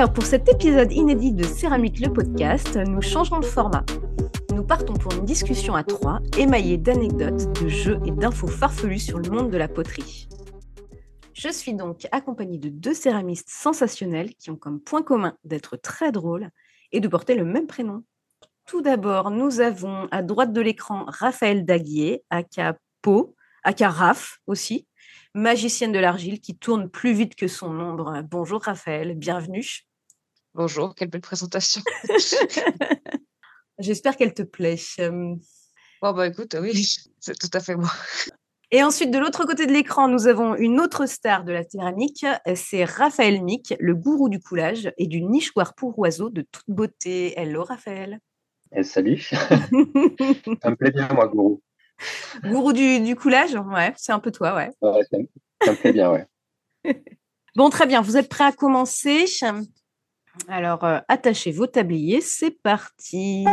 Alors, pour cet épisode inédit de Céramique le podcast, nous changeons de format. Nous partons pour une discussion à trois, émaillée d'anecdotes, de jeux et d'infos farfelues sur le monde de la poterie. Je suis donc accompagnée de deux céramistes sensationnels qui ont comme point commun d'être très drôles et de porter le même prénom. Tout d'abord, nous avons à droite de l'écran Raphaël Daguier, aka Po, aka Raph aussi, magicienne de l'argile qui tourne plus vite que son ombre. Bonjour Raphaël, bienvenue. Bonjour, quelle belle présentation. J'espère qu'elle te plaît. Bon, bah écoute, oui, c'est tout à fait moi. Et ensuite, de l'autre côté de l'écran, nous avons une autre star de la céramique, c'est Raphaël Mick, le gourou du coulage et du nichoir pour oiseaux de toute beauté. Hello Raphaël. Salut. Ça me plaît bien, moi, gourou. Gourou du coulage, ouais, c'est un peu toi, ouais. Ouais, ça me plaît bien, ouais. Bon, très bien, vous êtes prêts à commencer? Alors, attachez vos tabliers, c'est parti.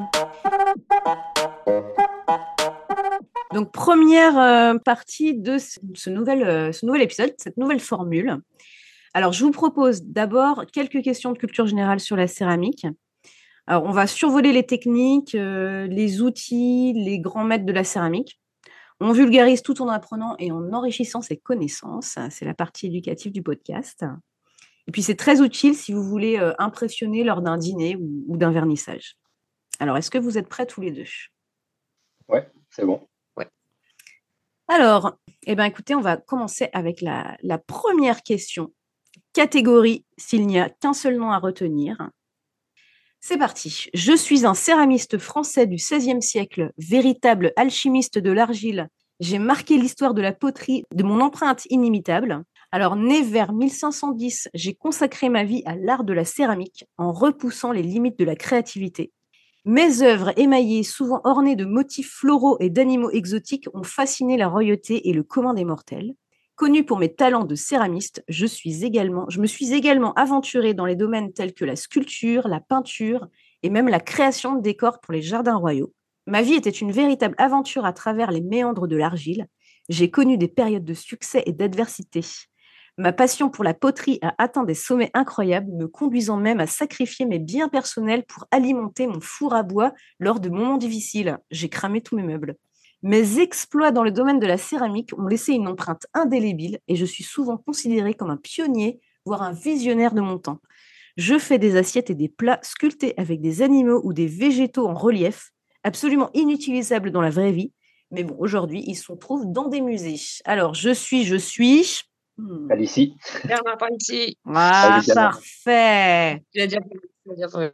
Donc, première partie de ce nouvel épisode, cette nouvelle formule. Alors, je vous propose d'abord quelques questions de culture générale sur la céramique. Alors, on va survoler les techniques, les outils, les grands maîtres de la céramique. On vulgarise tout en apprenant et en enrichissant ses connaissances. C'est la partie éducative du podcast. Et puis, c'est très utile si vous voulez impressionner lors d'un dîner ou d'un vernissage. Alors, est-ce que vous êtes prêts tous les deux? Ouais, c'est bon. Ouais. Alors, écoutez, on va commencer avec la première question. Catégorie, s'il n'y a qu'un seul nom à retenir. C'est parti. Je suis un céramiste français du XVIe siècle, véritable alchimiste de l'argile. J'ai marqué l'histoire de la poterie de mon empreinte inimitable. Alors, né vers 1510, j'ai consacré ma vie à l'art de la céramique en repoussant les limites de la créativité. Mes œuvres émaillées, souvent ornées de motifs floraux et d'animaux exotiques, ont fasciné la royauté et le commun des mortels. Connue pour mes talents de céramiste, je me suis également aventurée dans les domaines tels que la sculpture, la peinture et même la création de décors pour les jardins royaux. Ma vie était une véritable aventure à travers les méandres de l'argile. J'ai connu des périodes de succès et d'adversité. Ma passion pour la poterie a atteint des sommets incroyables, me conduisant même à sacrifier mes biens personnels pour alimenter mon four à bois lors de moments difficiles. J'ai cramé tous mes meubles. Mes exploits dans le domaine de la céramique ont laissé une empreinte indélébile et je suis souvent considérée comme un pionnier, voire un visionnaire de mon temps. Je fais des assiettes et des plats sculptés avec des animaux ou des végétaux en relief, absolument inutilisables dans la vraie vie, mais bon, aujourd'hui, ils se trouvent dans des musées. Alors, je suis... Alicie. Bernard Palissy. Ah, évidemment. parfait. Tu l'as déjà fait.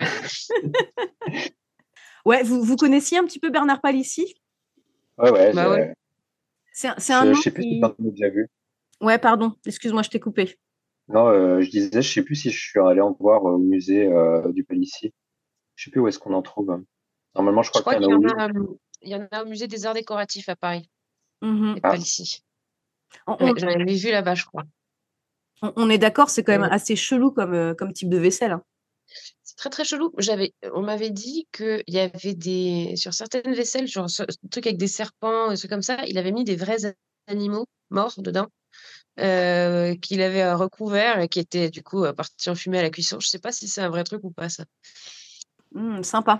Ouais, vous connaissiez un petit peu Bernard Palissy? Ouais, Bah ouais. C'est un nom je sais plus si qui... t'en as déjà vu. Ouais, pardon, excuse-moi, je t'ai coupé. Non, je disais, je sais plus si je suis allé en voir au musée du Palissy. Je sais plus où est-ce qu'on en trouve. Normalement, je Je crois crois qu'il y qu'il en y a en au a, il y en a au musée des arts décoratifs à Paris, Mhm. et Ah. Palissy. On, Ouais, j'en avais vu là-bas, je crois. on est d'accord, c'est quand même Ouais. assez chelou comme type de vaisselle, hein. C'est très très chelou. On m'avait dit qu'il y avait sur certaines vaisselles, genre des trucs avec des serpents, des trucs comme ça, il avait mis des vrais animaux morts dedans, qu'il avait recouverts et qui étaient du coup partis en fumée à la cuisson. Je sais pas si c'est un vrai truc ou pas, ça. Sympa.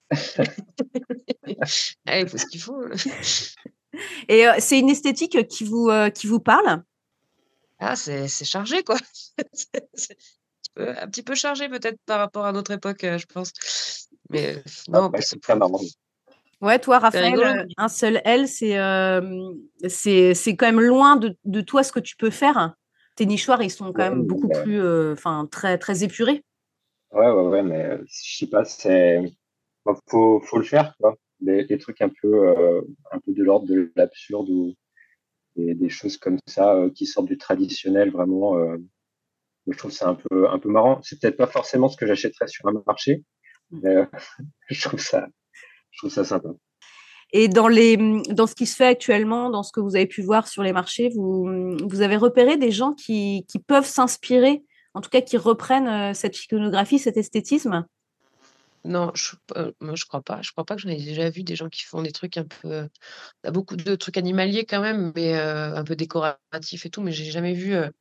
Ah, il faut ce qu'il faut. Et c'est une esthétique qui vous parle? Ah, c'est chargé, quoi. C'est un petit peu chargé peut-être par rapport à notre époque, je pense. Mais non, je trouve ça marrant. Ouais, toi, c'est Raphaël, rigolo. un seul L, c'est quand même loin de toi ce que tu peux faire. Tes nichoirs, ils sont quand même beaucoup plus, très, très épurés. Ouais, mais je sais pas, faut le faire, quoi. Des trucs un peu de l'ordre de l'absurde ou des choses comme ça qui sortent du traditionnel, vraiment. Je trouve ça un peu marrant. C'est peut-être pas forcément ce que j'achèterais sur un marché, mais je trouve ça sympa. Et dans ce qui se fait actuellement, dans ce que vous avez pu voir sur les marchés, vous avez repéré des gens qui peuvent s'inspirer, en tout cas qui reprennent cette iconographie, cet esthétisme? Non, moi je crois pas. Je crois pas que j'en ai déjà vu des gens qui font des trucs un peu, tu beaucoup de trucs animaliers quand même, mais un peu décoratifs et tout, mais j'ai jamais vu,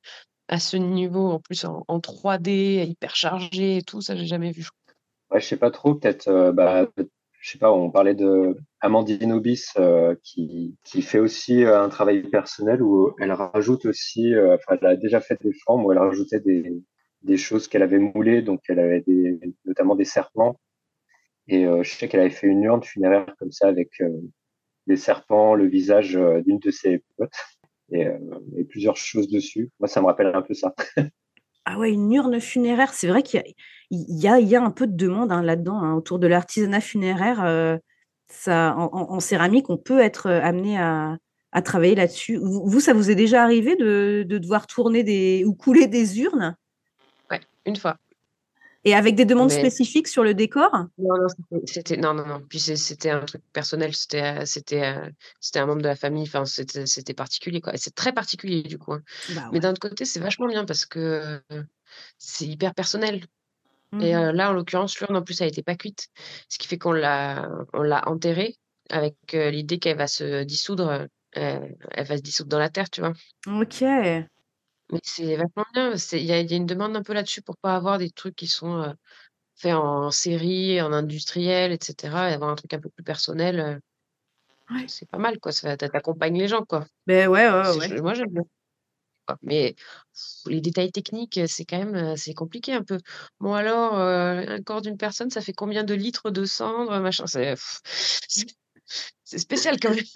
à ce niveau, en plus en 3D, hyper chargé et tout, ça, j'ai jamais vu. Ouais, je sais pas trop, peut-être, je sais pas, on parlait de Amandine Obis, qui fait aussi un travail personnel où elle rajoute aussi, enfin, elle a déjà fait des formes où elle rajoutait des choses qu'elle avait moulées, donc elle avait notamment des serpents. Et je sais qu'elle avait fait une urne funéraire comme ça avec des serpents, le visage d'une de ses potes et plusieurs choses dessus. Moi, ça me rappelle un peu ça. Ah ouais, une urne funéraire, c'est vrai qu'il y a un peu de demande là-dedans, autour de l'artisanat funéraire. En céramique, on peut être amené à travailler là-dessus. Vous, ça vous est déjà arrivé de devoir tourner ou couler des urnes Ouais, une fois. et avec des demandes Mais spécifiques sur le décor? non, non, non. Puis c'était un truc personnel, c'était un membre de la famille, enfin, c'était particulier, quoi. Et c'est très particulier, du coup, hein. Bah Mais ouais. d'un autre côté, c'est vachement bien parce que c'est hyper personnel. Et Mhm. là, en l'occurrence, l'urne, en plus, elle était pas cuite, ce qui fait qu'on l'a enterrée avec l'idée qu'elle va se dissoudre, elle va se dissoudre dans la terre, tu vois? Ok. Mais c'est vachement bien, il y a une demande un peu là-dessus pour pas avoir des trucs qui sont, faits en série, en industriel et cetera et avoir un truc un peu plus personnel, Ouais. c'est pas mal, quoi, ça tu accompagnes les gens, quoi. Ben ouais, ouais, ouais. Moi, j'aime bien, quoi. Mais les détails techniques, c'est quand même, c'est compliqué un peu. Bon alors, un corps d'une personne, ça fait combien de litres de cendres, machin, c'est c'est spécial quand même.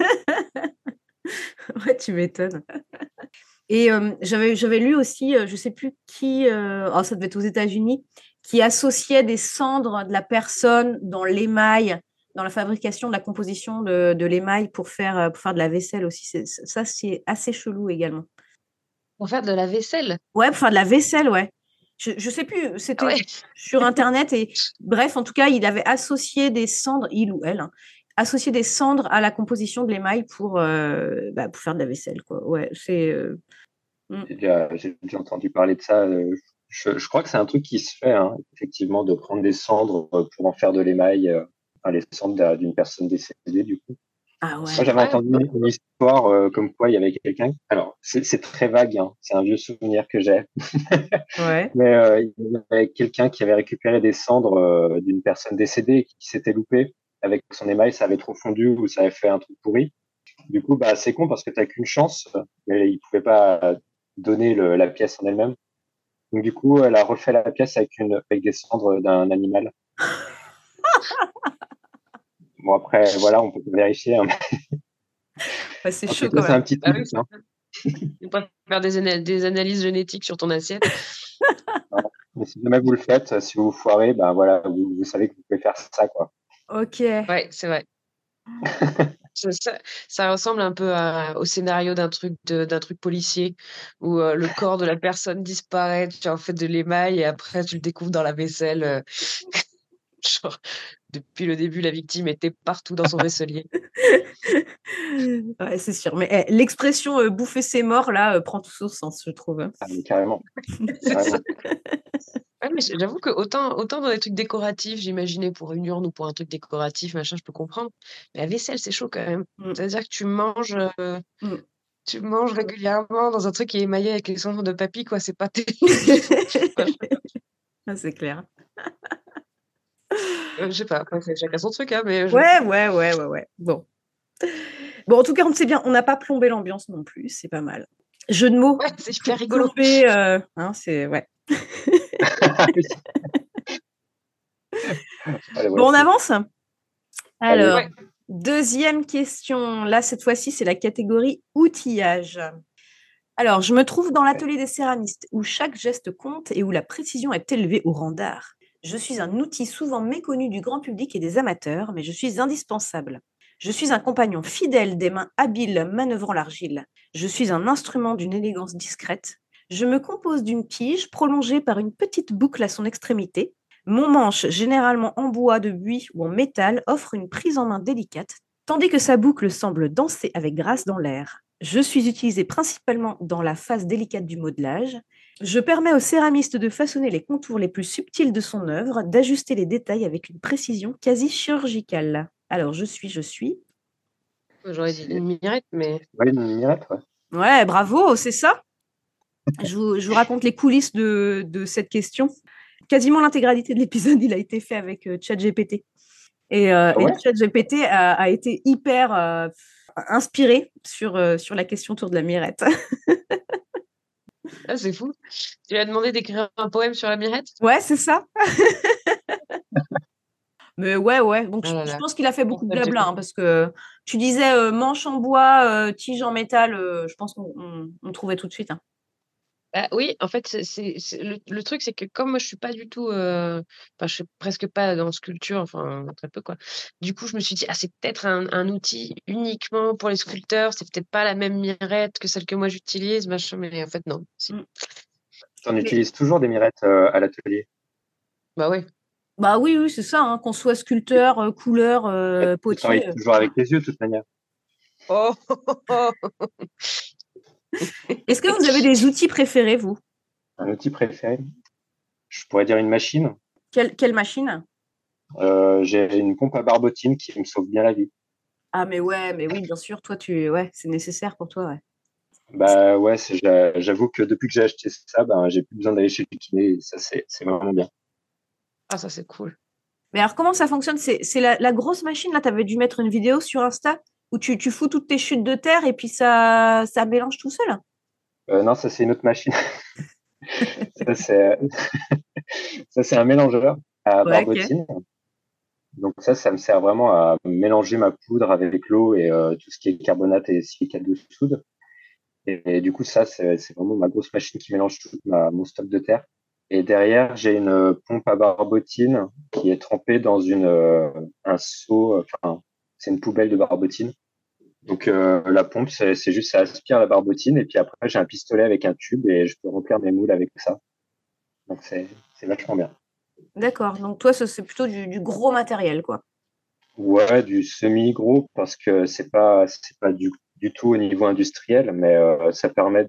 Ouais, tu m'étonnes. Et j'avais lu aussi, je sais plus qui, oh ça devait être aux États-Unis, qui associait des cendres de la personne dans l'émail, dans la fabrication de la composition de l'émail pour faire de la vaisselle aussi. Ça, c'est assez chelou également. Pour faire de la vaisselle? Ouais, pour faire de la vaisselle, ouais. Je sais plus, Ah c'était ouais? sur internet et bref, en tout cas, il avait associé des cendres, il ou elle, hein, associé des cendres à la composition de l'émail pour faire de la vaisselle, quoi. Ouais, mmh. J'ai déjà entendu parler de ça. Je crois que c'est un truc qui se fait, hein, effectivement, de prendre des cendres pour en faire de l'émail, enfin, les cendres d'une personne décédée, du coup. Ah Moi, ouais. j'avais Ouais, entendu une histoire comme quoi il y avait quelqu'un. Alors, c'est très vague, hein, c'est un vieux souvenir que j'ai. Ouais. Mais il y avait quelqu'un qui avait récupéré des cendres d'une personne décédée et qui s'était loupé avec son émail, ça avait trop fondu ou ça avait fait un truc pourri. Du coup, bah, c'est con parce que t'as qu'une chance, mais il pouvait pas donner la pièce en elle-même. Donc du coup, elle a refait la pièce avec des cendres d'un animal. Bon après, voilà, on peut vérifier, hein. Bah, c'est En tout chaud cas, quand c'est même. un petit bah truc, oui, c'est hein. ça. Tu pas faire des analyses génétiques sur ton assiette. Voilà. Mais si jamais vous le faites, si vous foirez, ben voilà, vous savez que vous pouvez faire ça, quoi. OK. Ouais, c'est vrai. Ça ressemble un peu au scénario d'un truc policier où, le corps de la personne disparaît, tu en fais de l'émail et après tu le découvres dans la vaisselle, genre depuis le début, la victime était partout dans son vaisselier. Ouais, c'est sûr. Mais l'expression bouffer ses morts, là, prend tout son sens, je trouve, hein. Ah, mais carrément, C'est ça. carrément. Ouais, mais j'avoue que autant dans des trucs décoratifs, j'imaginais pour une urne ou pour un truc décoratif, machin, je peux comprendre. Mais la vaisselle, c'est chaud quand même. Mmh. C'est-à-dire que Mmh. tu manges régulièrement dans un truc qui est émaillé avec les cendres de papy, quoi, c'est pas terrible. Enfin, Ah, c'est clair. je sais pas, après c'est chacun son truc, hein, mais Ouais, ouais, ouais, ouais, ouais. Bon. Bon, en tout cas, on sait bien, on n'a pas plombé l'ambiance non plus, c'est pas mal. Jeu de mots, ouais, c'est hyper rigolo. plomber, hein, c'est ouais. Oui. Allez, Bon, on voici. avance? Allez, Alors, Ouais, deuxième question. Là, cette fois-ci, c'est la catégorie outillage. Alors, je me trouve dans l'atelier des céramistes, où chaque geste compte et où la précision est élevée au rang d'art. Je suis un outil souvent méconnu du grand public et des amateurs, mais je suis indispensable. Je suis un compagnon fidèle des mains habiles manœuvrant l'argile. Je suis un instrument d'une élégance discrète. Je me compose d'une tige prolongée par une petite boucle à son extrémité. Mon manche, généralement en bois de buis ou en métal, offre une prise en main délicate, tandis que sa boucle semble danser avec grâce dans l'air. Je suis utilisée principalement dans la phase délicate du modelage. Je permets au céramiste de façonner les contours les plus subtils de son œuvre, d'ajuster les détails avec une précision quasi chirurgicale. Alors, je suis. j'aurais dit c'est une mirette, mais ouais, une mirette, ouais. Ouais, bravo, c'est ça. Je vous raconte les coulisses de cette question. Quasiment l'intégralité de l'épisode, il a été fait avec ChatGPT. Et ChatGPT a été hyper inspiré sur la question autour de la mirette. Ah, c'est fou. Tu lui as demandé d'écrire un poème sur la mirette? Ouais, c'est ça. Mais ouais. Donc, je pense qu'il a fait beaucoup de blabla, hein, parce que tu disais manche en bois, tige en métal, je pense qu'on trouvait tout de suite. Hein. Bah, oui, en fait, c'est le truc, c'est que comme moi, je suis pas du tout, enfin, je suis presque pas dans sculpture, enfin, très peu, quoi. Du coup, je me suis dit: «Ah, c'est peut-être un outil uniquement pour les sculpteurs, c'est peut-être pas la même mirette que celle que moi j'utilise, machin», mais en fait, non, si. J'en utilise toujours des mirettes à l'atelier. Bah, ouais. Bah oui, c'est ça, hein, qu'on soit sculpteur, couleur, Je travaille potier. toujours avec les yeux, de toute manière. Oh! Est-ce que vous avez des outils préférés, vous? Un outil préféré? Je pourrais dire une machine. Quelle machine? J'ai une pompe à barbotine qui me sauve bien la vie. Ah mais oui, bien sûr, toi c'est nécessaire pour toi, ouais. Bah ouais, j'avoue que depuis que j'ai acheté ça, ben j'ai plus besoin d'aller chez le kiné et ça c'est vraiment bien. Ah, ça, c'est cool. Mais alors comment ça fonctionne? C'est la grosse machine, là, tu avais dû mettre une vidéo sur Insta où tu fous toutes tes chutes de terre et puis ça mélange tout seul? Non, ça c'est une autre machine. Ça c'est ça c'est un mélangeur à Ouais, OK. barbotine. Donc ça me sert vraiment à mélanger ma poudre avec l'eau et tout ce qui est carbonate et silicate de soude. Et du coup, ça, c'est vraiment ma grosse machine qui mélange tout mon stock de terre. Et derrière, j'ai une pompe à barbotine qui est trempée dans un seau, enfin, c'est une poubelle de barbotine. Donc la pompe, c'est juste, ça aspire la barbotine et puis après, j'ai un pistolet avec un tube et je peux remplir mes moules avec ça. Donc c'est vachement bien. D'accord, donc toi, c'est plutôt du gros matériel, quoi. Ouais, du semi-gros parce que c'est pas du tout au niveau industriel, mais ça permet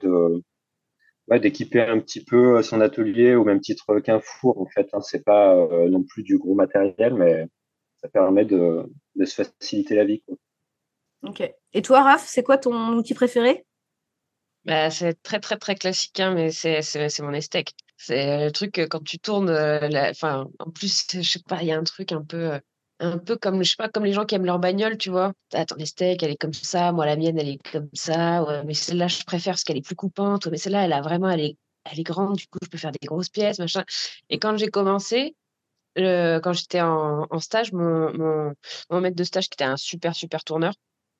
d'équiper un petit peu son atelier au même titre qu'un four en fait. Hein. C'est pas non plus du gros matériel, mais ça permet de se faciliter la vie. Quoi. OK. Et toi, Raph, c'est quoi ton outil préféré? Bah, c'est très, très, très classique, hein, mais c'est mon esthèque. C'est le truc, quand tu tournes, enfin, en plus, je sais pas, il y a un truc un peu comme, je sais pas, comme les gens qui aiment leur bagnole, tu vois? «Ah, ton esthèque, elle est comme ça, moi, la mienne, elle est comme ça, ouais, mais celle-là, je préfère parce qu'elle est plus coupante, ouais, mais celle-là, elle est grande, du coup, je peux faire des grosses pièces, machin», et quand j'ai commencé, quand j'étais en stage, mon maître de stage qui était un super, super tourneur,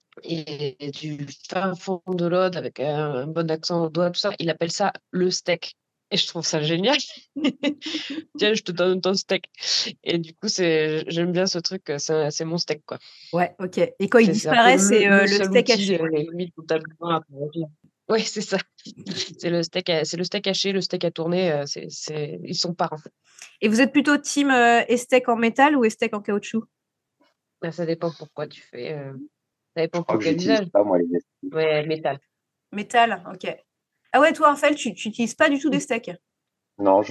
et du fin fond de l'Aude avec un bon accent au doigt, tout ça, il appelle ça le steak et je trouve ça génial. «Tiens, je te donne ton steak», et du coup, j'aime bien ce truc, c'est mon steak, quoi. Ouais, OK. Et quand il C'est un peu disparaît, c'est le le seul steak outil, haché. limite où tu as besoin pour vivre. Ouais, c'est ça. C'est le steak haché, le steak à tourner, ils sont parents. Et vous êtes plutôt team steak en métal ou steak en caoutchouc? Bah, ça dépend pourquoi tu fais, ça Je dépend crois pour que quel j'utilise usage. pas moi les astuces. Ouais, métal. Métal, OK. Ah ouais, toi, Raphaël, tu utilises pas du tout des steaks? Non,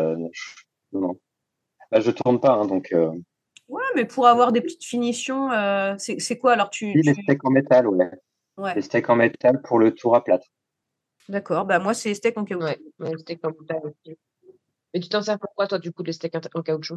non. Là, je tourne pas, hein, donc Ouais, mais pour avoir des petites finitions, c'est quoi alors oui, les steaks en métal, ouais. Les Ouais, steaks en métal pour le tour à plâtre. d'accord. Bah moi, c'est steak en caoutchouc. Ouais, steak en métal aussi. Mais tu t'en sers pour quoi, toi, du coup, les steaks en caoutchouc?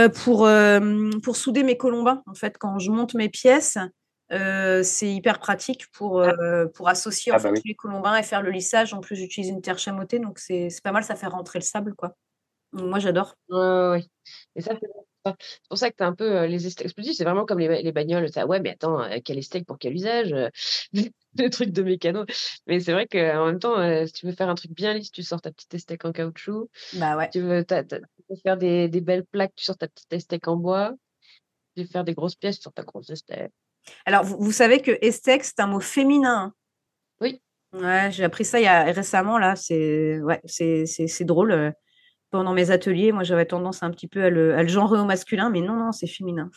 Pour souder mes colombins, en fait, quand je monte mes pièces, c'est hyper pratique Ah, pour associer, en Ah fait, bah oui. tous les colombins et faire le lissage. En plus, j'utilise une terre chamottée, donc c'est pas mal, ça fait rentrer le sable, quoi. Donc moi, j'adore. ouais, ouais, ouais. Et ça, c'est pour ça que tu as un peu, les esthèques explosifs, c'est vraiment comme les bagnoles, ça: «Ouais, mais attends, quel esthèque pour quel usage?» Le truc de mécano. Mais c'est vrai qu'en même temps, si tu veux faire un truc bien lisse, tu sors ta petite esthèque en caoutchouc. Bah ouais. Tu veux faire des belles plaques, tu sors ta petite esthèque en bois. Tu veux faire des grosses pièces, tu sors ta grosse esthèque. Alors, vous savez que esthèque, c'est un mot féminin, hein? Oui. Ouais, j'ai appris ça il y a récemment là, c'est drôle, pendant mes ateliers, moi j'avais tendance un petit peu à le genrer au masculin, mais non, non, c'est féminin.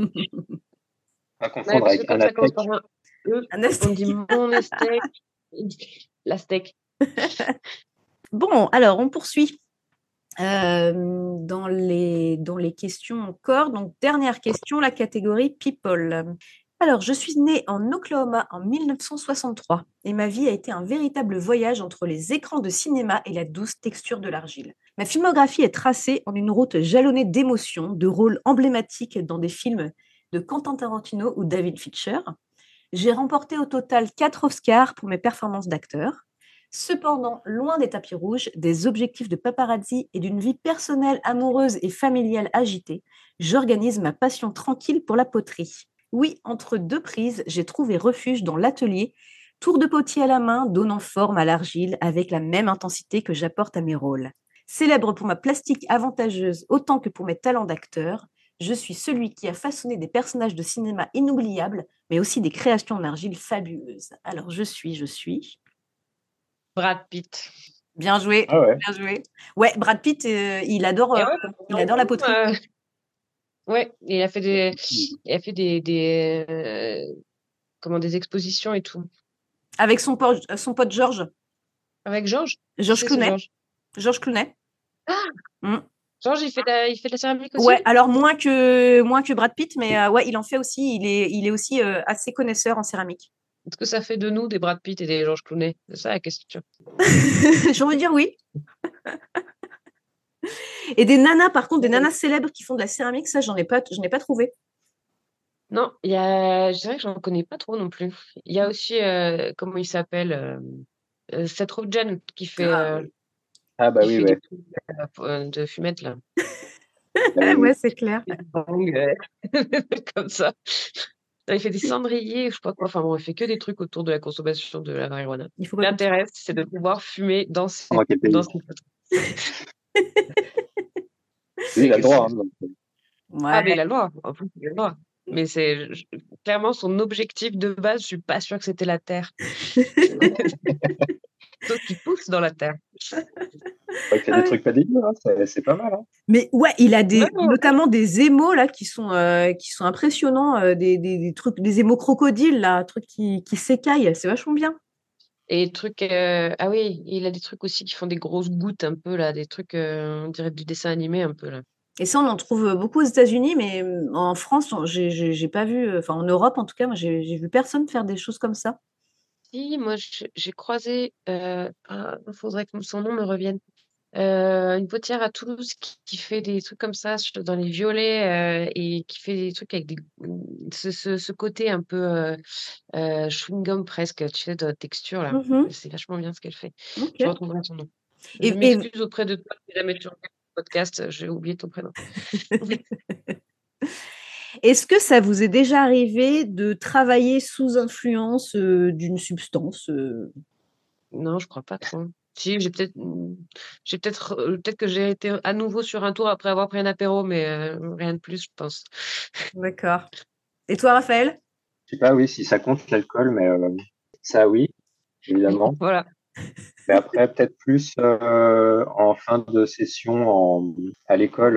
Pas Ouais, confondre parce que avec comme un ça commence aztèque. par un E, Un on dit aztèque. mon esthèque, la steak. Bon, alors on poursuit, dans les questions encore, donc dernière question, la catégorie people. Alors, je suis née en Oklahoma en 1963 et ma vie a été un véritable voyage entre les écrans de cinéma et la douce texture de l'argile. Ma filmographie est tracée en une route jalonnée d'émotions, de rôles emblématiques dans des films de Quentin Tarantino ou David Fincher. J'ai remporté au total 4 Oscars pour mes performances d'acteur. Cependant, loin des tapis rouges, des objectifs de paparazzi et d'une vie personnelle, amoureuse et familiale agitée, j'organise ma passion tranquille pour la poterie. Oui, entre 2 prises, j'ai trouvé refuge dans l'atelier, tour de potier à la main, donnant forme à l'argile avec la même intensité que j'apporte à mes rôles. Célèbre pour ma plastique avantageuse autant que pour mes talents d'acteur, je suis celui qui a façonné des personnages de cinéma inoubliables, mais aussi des créations en argile fabuleuses. Alors je suis. Brad Pitt. Bien joué, Ah ouais. bien joué. Ouais, Brad Pitt, il adore la poterie. Ouais, il a fait des expositions et tout. Avec son pote Georges. Avec Georges? Georges C'est Clooney. Georges Clooney. Ah, Georges, il fait de la céramique aussi? Ouais, alors moins que Brad Pitt, mais ouais, il en fait aussi. Il est aussi assez connaisseur en céramique. Est-ce que ça fait de nous des Brad Pitt et des Georges Clooney? C'est ça la question. J'ai envie de dire oui. Et des nanas, par contre, des nanas célèbres qui font de la céramique, ça, je n'ai pas trouvé. Non, je dirais que j'en connais pas trop non plus. Il y a aussi, comment il s'appelle, Seth Rogen qui fait, Ah bah qui oui, fait ouais. des trucs de fumette là. Bah oui, Ouais, c'est clair. Des bangs, comme ça. Il fait des cendriers, je sais pas quoi. Enfin bon, il fait que des trucs autour de la consommation de la marijuana. Il faut Ce qui pas l'intéresse, c'est de pouvoir fumer dans Dans quel pays? Lui, il a le droit. Hein, donc. Ah, mais Ouais. il a le droit. En plus, il a le droit. Mais clairement son objectif de base, je suis pas sûre que c'était la terre. Sauf qu'il pousse dans la terre. Il fait des trucs pas dégueux, hein, c'est pas mal. Hein. Mais ouais, il a Ouais. notamment des émaux là qui sont impressionnants, des trucs, des émaux crocodiles là, trucs qui s'écaillent, c'est vachement bien. Et trucs, ah oui, il a des trucs aussi qui font des grosses gouttes un peu là, des trucs, on dirait du dessin animé un peu là. Et ça, on en trouve beaucoup aux États-Unis, mais en France, j'ai pas vu, enfin en Europe en tout cas, moi j'ai vu personne faire des choses comme ça. Si, moi j'ai croisé, faudrait que son nom me revienne. Une potière à Toulouse qui fait des trucs comme ça dans les violets et qui fait des trucs avec ce côté un peu chewing-gum presque, tu sais, de texture là. Mhm. C'est vachement bien ce qu'elle fait. Ok. Je retrouverai son nom. Je Et, m'excuse auprès de toi si jamais tu regardes le podcast, j'ai oublié ton prénom. est-ce que ça vous est déjà arrivé de travailler sous influence d'une substance Non, je crois pas trop. Si, peut-être que j'ai été à nouveau sur un tour après avoir pris un apéro, mais rien de plus, je pense. D'accord. Et toi, Raphaël? Je sais pas, oui, si ça compte l'alcool, mais ça, oui, évidemment. Voilà. Mais après, peut-être plus en fin de session à l'école.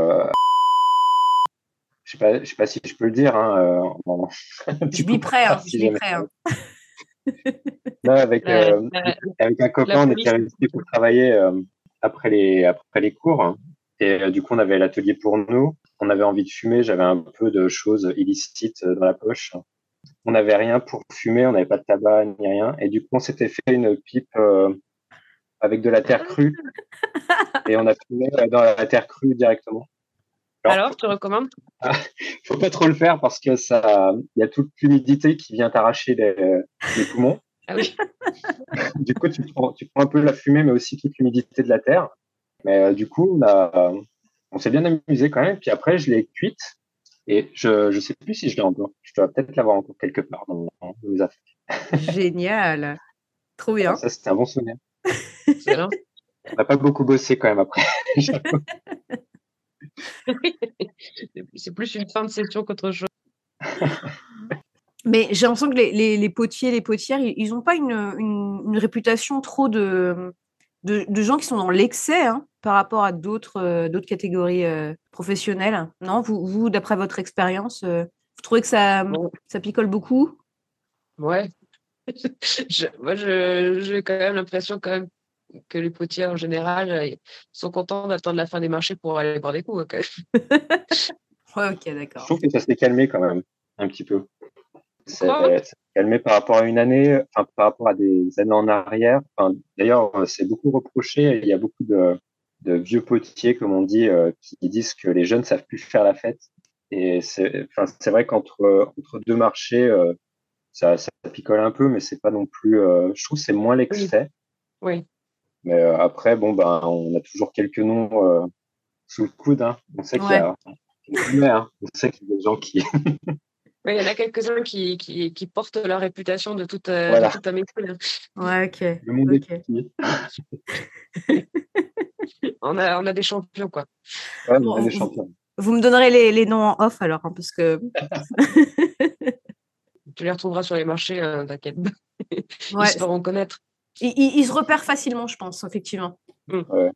Je sais pas si je peux le dire. Hein, Je biperai, hein, si je jamais. biperai. Hein. Là, La, avec un la copain, on police. était resté pour travailler après les cours. Hein. Et du coup, on avait l'atelier pour nous. On avait envie de fumer. J'avais un peu de choses illicites dans la poche. On n'avait rien pour fumer. On n'avait pas de tabac ni rien. Et du coup, on s'était fait une pipe avec de la terre crue. Et on a fumé dans la terre crue directement. Alors, tu recommandes? Faut pas trop le faire parce que il y a toute l'humidité qui vient t'arracher les poumons. Ah oui. Du coup, tu prends un peu la fumée, mais aussi toute l'humidité de la terre. Mais du coup, on s'est bien amusé quand même. Puis après, je l'ai cuite et je sais plus si je l'ai encore. Je dois peut-être l'avoir encore quelque part dans mes affaires. Génial. Trop bien. Ça, c'était un bon souvenir. Excellent. On n'a pas beaucoup bossé quand même après. C'est plus une fin de session qu'autre chose. Mais j'ai l'impression que les potiers, les potières, ils n'ont pas une réputation trop de gens qui sont dans l'excès hein, par rapport à d'autres catégories professionnelles. Non, vous d'après votre expérience, vous trouvez que ça picole beaucoup? Ouais. Moi, j'ai quand même l'impression que les potiers en général ils sont contents d'attendre la fin des marchés pour aller boire des coups. Quand même. Ouais, ok, Je d'accord. trouve que ça s'est calmé quand même un petit peu. Quoi? C'est calmé par rapport à une année, enfin, par rapport à des années en arrière. Enfin, d'ailleurs, c'est beaucoup reproché. Il y a beaucoup de vieux potiers, comme on dit, qui disent que les jeunes savent plus faire la fête. Et c'est vrai entre deux marchés, ça picole un peu, mais c'est pas non plus. Je trouve que c'est moins Oui, l'excès. oui. Mais après, bon, ben, on a toujours quelques noms sous le coude. Hein. On sait qu'il y Ouais, a, on sait qu'il y a des gens qui, Oui, il y en a quelques-uns qui portent la réputation de voilà, toute la médecine. ouais, ok, le monde est ok. petit. On a des champions, quoi. Ouais, on a Bon, des vous, champions. vous me donnerez les noms en off alors, hein, parce que Tu les retrouveras sur les marchés, t'inquiète. Ils ouais, se feront connaître. ils se repèrent facilement, je pense, effectivement. Mm. Ouais.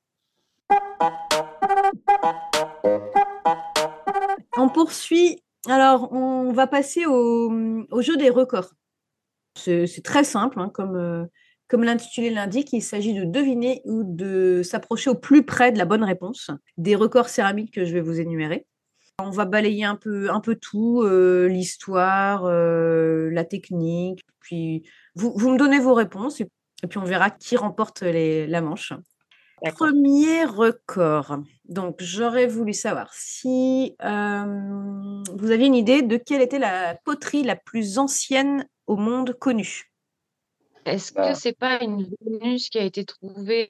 On poursuit. Alors, on va passer au jeu des records. C'est très simple, hein, comme l'intitulé l'indique, il s'agit de deviner ou de s'approcher au plus près de la bonne réponse des records céramiques que je vais vous énumérer. On va balayer un peu tout, l'histoire, la technique, puis vous me donnez vos réponses et puis on verra qui remporte la manche. D'accord. Premier record. Donc, j'aurais voulu savoir si vous aviez une idée de quelle était la poterie la plus ancienne au monde connue. Est-ce que Bah, c'est pas une Vénus qui a été trouvée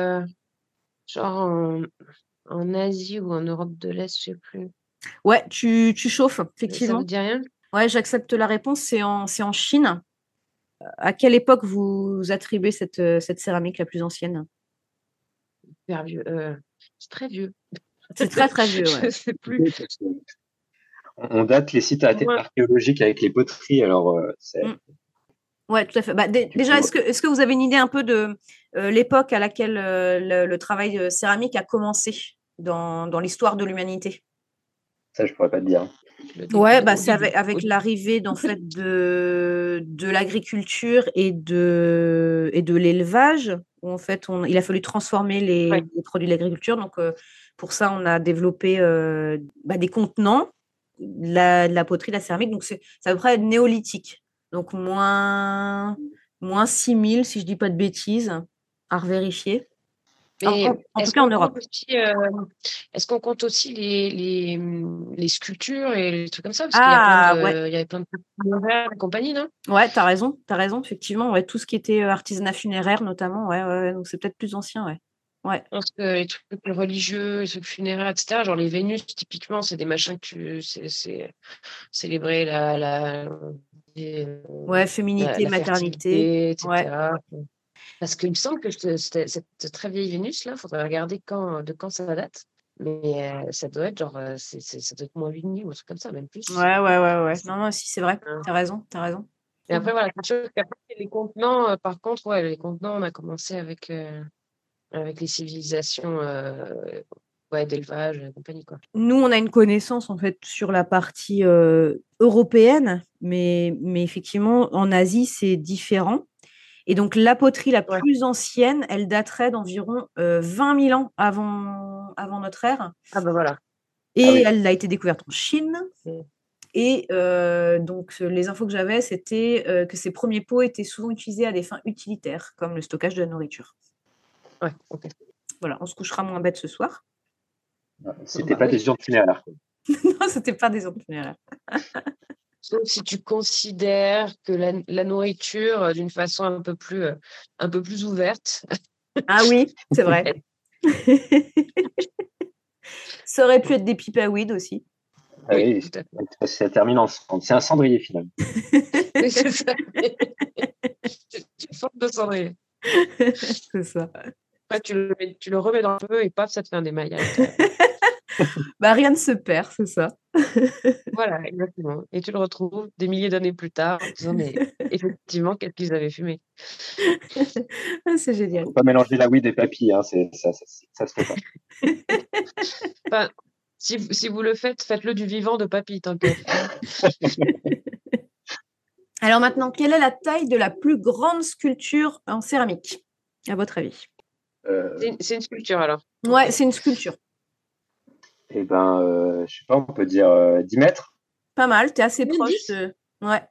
genre en Asie ou en Europe de l'Est, je sais plus. Ouais, tu chauffes, Ça vous effectivement. dit rien? Ouais, j'accepte la réponse, c'est en Chine. À quelle époque vous attribuez cette céramike la plus ancienne? Super vieux. C'est très vieux. C'est très, très vieux, ouais. Je sais plus. parce que on date les sites Moi, archéologiques avec les poteries, alors Mmh. Ouais, tout à fait. Bah, du déjà, coup, est-ce que vous avez une idée un peu de l'époque à laquelle le travail céramique a commencé dans l'histoire de l'humanité? ça, je pourrais pas te dire. le Ouais, début, bah, au c'est début. avec l'arrivée d'en fait de l'agriculture et de l'élevage où en fait il a fallu transformer Ouais. les produits de l'agriculture. Donc pour ça, on a développé des contenants, de la poterie, de la céramique. Donc c'est à peu près néolithique. Donc moins 6000 si je dis pas de bêtises, à revérifier. En, Mais en- en tout cas en Europe. est-ce qu'on compte aussi les sculptures et les trucs comme ça? Parce qu'il y a Ah ouais. il y avait plein de trucs funéraires et compagnie, non? Ouais, t'as raison, effectivement, ouais, tout ce qui était, artisanat funéraire notamment, ouais, ouais, ouais, donc c'est peut-être plus ancien, ouais. Ouais. Parce que les trucs religieux, les trucs funéraires, etc., genre les Vénus, typiquement, c'est des machins c'est célébrer Ouais, féminité, la maternité. fertilité, Ouais. etc. Parce qu'il me semble que cette très vieille Vénus-là, il faudrait regarder de quand ça date. Mais ça doit être genre, ça doit être moins 8000 ou un truc comme ça, même plus. Ouais, ouais, ouais, ouais. Non, non, si, c'est vrai. Hein. T'as raison, t'as raison. Et après, voilà, c'est sûr qu'après, les contenants, par contre, ouais, les contenants, on a commencé avec les civilisations ouais, d'élevage et compagnie, quoi. Nous, on a une connaissance, en fait, sur la partie, européenne, mais effectivement, en Asie, c'est différent et donc la poterie la Ouais. plus ancienne, elle daterait d'environ, 20 000 ans avant notre ère Ah bah voilà. Ah et oui, elle a été découverte en Chine. Mm. Et donc les infos que j'avais, c'était, que ces premiers pots étaient souvent utilisés à des fins utilitaires, comme le stockage de la nourriture. Ouais, ok. Voilà, on se couchera moins bête ce soir. c'était Bah pas oui. des urnes funéraires. Non, c'était pas des ordres funéraires. Sauf si tu considères que la nourriture, d'une façon un peu plus ouverte, Ah oui, c'est vrai. Ça aurait pu être des pipes à weed aussi. Ah oui, oui, tout à fait. ça termine en cendre. C'est un cendrier finalement. Oui, c'est ça. C'est une forme de cendrier. C'est ça. Après, tu le remets dans le feu et paf, ça te fait un émail à l'intérieur. Bah, rien ne se perd, c'est ça. Voilà, exactement. Et tu le retrouves des milliers d'années plus tard en te disant, mais effectivement, qu'est-ce qu'ils avaient fumé? Ah, c'est génial. Faut pas mélanger la weed et papy, hein, ça se fait pas. Enfin, si vous le faites, faites-le du vivant de papy, tant qu'à faire. Alors maintenant, quelle est la taille de la plus grande sculpture en céramique, à votre avis? C'est une sculpture alors. Ouais, Ok. c'est une sculpture. Eh ben, je sais pas, on peut dire 10 mètres. Pas mal, tu es assez proche 10? de ouais.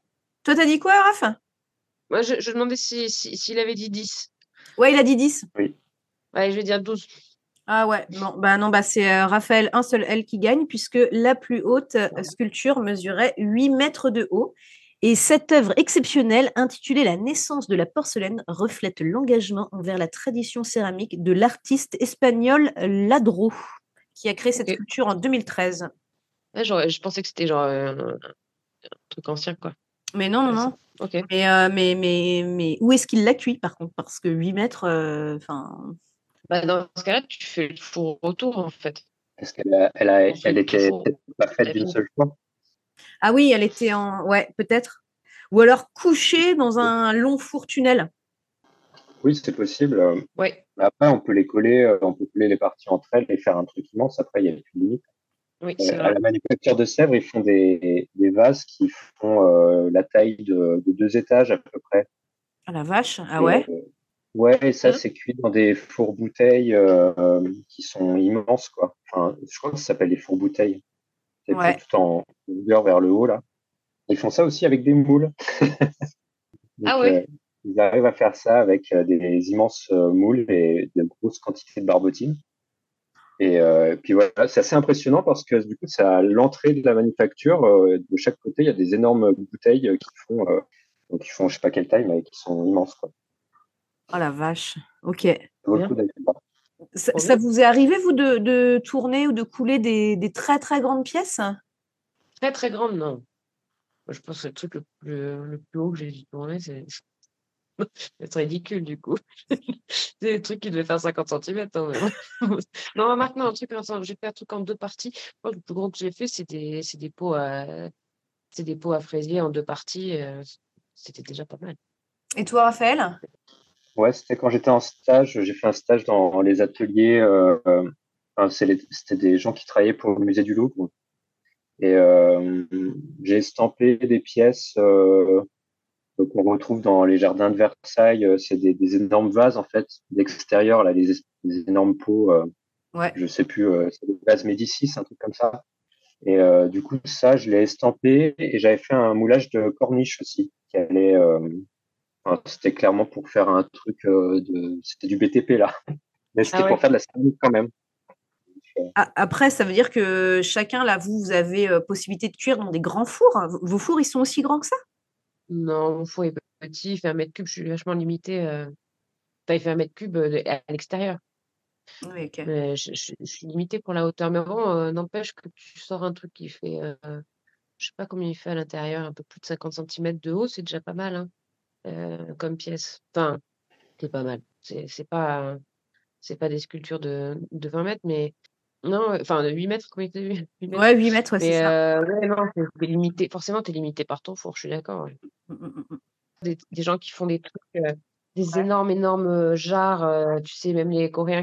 Toi, t'as dit quoi, Raph? Moi, je demandais s'il avait dit 10. Ouais, il a dit 10. Oui. Ouais, je vais dire 12. Ah ouais, non, c'est Raphaël, un seul L qui gagne, puisque la plus haute sculpture mesurait 8 mètres de haut. Et cette œuvre exceptionnelle, intitulée La naissance de la porcelaine, reflète l'engagement envers la tradition céramique de l'artiste espagnol Ladro, qui a créé cette Ok. sculpture en 2013. Ouais, je pensais que c'était genre un truc ancien, quoi. Mais non. Ok. Mais où est-ce qu'il l'a cuit, par contre? Parce que 8 mètres, Bah, dans ce cas-là, tu fais le four retour, en fait. Parce qu'elle Tout était four. peut-être pas faite La d'une fine. seule fois. Ah oui, elle était en... Ouais, peut-être. Ou alors couchée dans un long four-tunnel. Oui, c'est possible. Ouais, Après, on peut les coller, on peut coller les parties entre elles et faire un truc immense. Après, il n'y a plus de limite. oui, c'est À vrai. la manufacture de Sèvres, ils font des vases qui font la taille de 2 étages à peu près. Ah la vache, ah Et, ouais. ouais, et ça, Hein. c'est cuit dans des fours-bouteilles qui sont immenses, quoi. Enfin, je crois que ça s'appelle des fours-bouteilles. C'est fait Ouais. tout en longueur vers le haut, là. Ils font ça aussi avec des moules. Ah Donc, ouais. ils arrivent à faire ça avec des immenses moules et de grosses quantités de barbotine. Et puis voilà, c'est assez impressionnant parce que du coup, c'est à l'entrée de la manufacture. De chaque côté, il y a des énormes bouteilles qui font je sais pas quelle taille, mais qui sont immenses, quoi. Oh la vache. Ok. Ça vaut le Bien. coup d'aller voir. Trop Ça bien. vous est arrivé, vous, de tourner ou de couler des très très grandes pièces? Très, très grande, non. Moi, je pense que le truc le plus haut que j'ai dû tourner, c'est ridicule, du coup. C'est des trucs qui devaient faire 50 centimètres, hein, mais non, remarque, non, attends, j'ai fait un truc en 2 parties. Moi, le plus gros que j'ai fait, c'est des pots à fraisier en 2 parties. C'était déjà pas mal. Et toi, Raphaël? Ouais, c'était quand j'étais en stage. J'ai fait un stage dans les ateliers. Enfin, c'était des gens qui travaillaient pour le musée du Louvre. Et j'ai estampé des pièces qu'on retrouve dans les jardins de Versailles. C'est des énormes vases, en fait, d'extérieur, là, des énormes pots. Ouais. Je sais plus, c'est des vases Médicis, un truc comme ça. Et du coup, ça, je l'ai estampé et j'avais fait un moulage de corniche aussi, qui allait. Enfin, c'était clairement pour faire un truc c'était du BTP là, mais Ah c'était pour ouais? faire de la céramique quand même. Après, ça veut dire que chacun, là, vous avez possibilité de cuire dans des grands fours. Vos fours, ils sont aussi grands que ça? Non, mon four est petit, il fait 1 m3, je suis vachement limitée. Enfin, il fait 1 m3 à l'extérieur. Oui, ok. Mais je suis limitée pour la hauteur. Mais bon, n'empêche que tu sors un truc qui fait, je sais pas combien il fait à l'intérieur, un peu plus de 50 centimètres de haut, c'est déjà pas mal, hein, comme pièce. Enfin, c'est pas mal. C'est pas des sculptures de 20 mètres, mais non, enfin de 8 mètres, combien tu as vu? 8 mètres. Ouais, 8 mètres, ouais, c'est Mais ça. ouais, non, tu limité. Forcément, tu es limité par ton four, je suis d'accord, ouais. Mm, mm, mm. Des gens qui font des trucs, des Ouais. énormes, jarres, tu sais, même les Coréens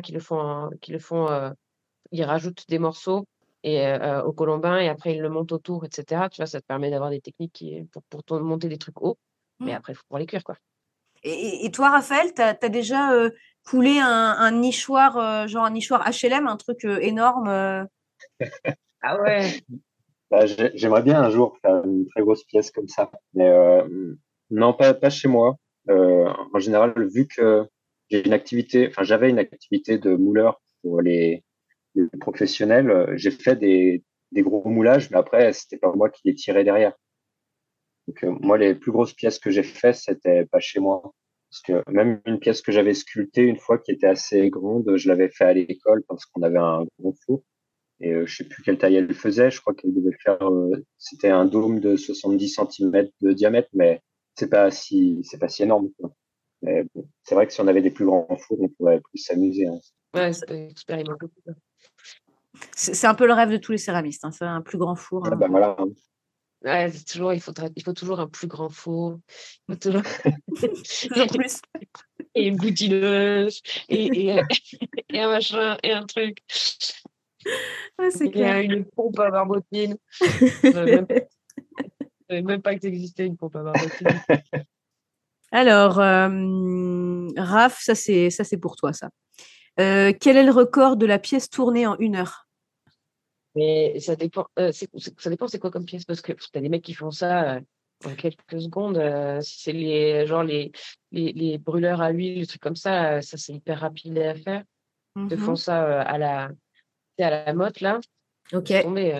ils rajoutent des morceaux au colombin et après ils le montent autour et cetera. Tu vois? Ça te permet d'avoir des techniques pour ton monter des trucs hauts, mais Mm. après il faut pouvoir les cuire, quoi. Et toi, Raphaël, tu as déjà coulé un nichoir, genre un nichoir HLM, un truc énorme Ah ouais! Bah, j'aimerais bien un jour faire une très grosse pièce comme ça, mais non, pas chez moi. En général, vu que j'avais une activité de mouleur pour les professionnels, j'ai fait des gros moulages, mais après, c'était pas moi qui les tirais derrière. Donc, moi, les plus grosses pièces que j'ai faites, c'était pas chez moi. Parce que même une pièce que j'avais sculptée une fois qui était assez grande, je l'avais fait à l'école parce qu'on avait un gros four. Et je sais plus quelle taille elle faisait. Je crois qu'elle devait faire, c'était un dôme de 70 centimètres de diamètre, mais c'est pas si énorme, quoi. Mais bon, c'est vrai que si on avait des plus grands fours, on pourrait plus s'amuser, hein. Ouais, tu peux expérimenter tout ça. C'est un peu le rêve de tous les céramistes, hein, ça, un plus grand four. Ouais, Hein. ben voilà, hein. Ouais, c'est toujours il faut toujours un plus grand four, il faut toujours Toujours plus. et une boutineuse et et un machin et un truc Ouais, c'est et clair. une pompe à barbotine. Je savais même pas que ça existait une pompe à barbotine. Alors, Raph, ça c'est pour toi, ça. Quel est le record de la pièce tournée en 1 heure? Mais ça dépend, ça dépend c'est quoi comme pièce parce que tu as des mecs qui font ça, en quelques secondes. Si c'est les brûleurs à huile, des trucs comme ça c'est hyper rapide à faire. Ils te font ça à la motte, là. Ok. Laisse tomber,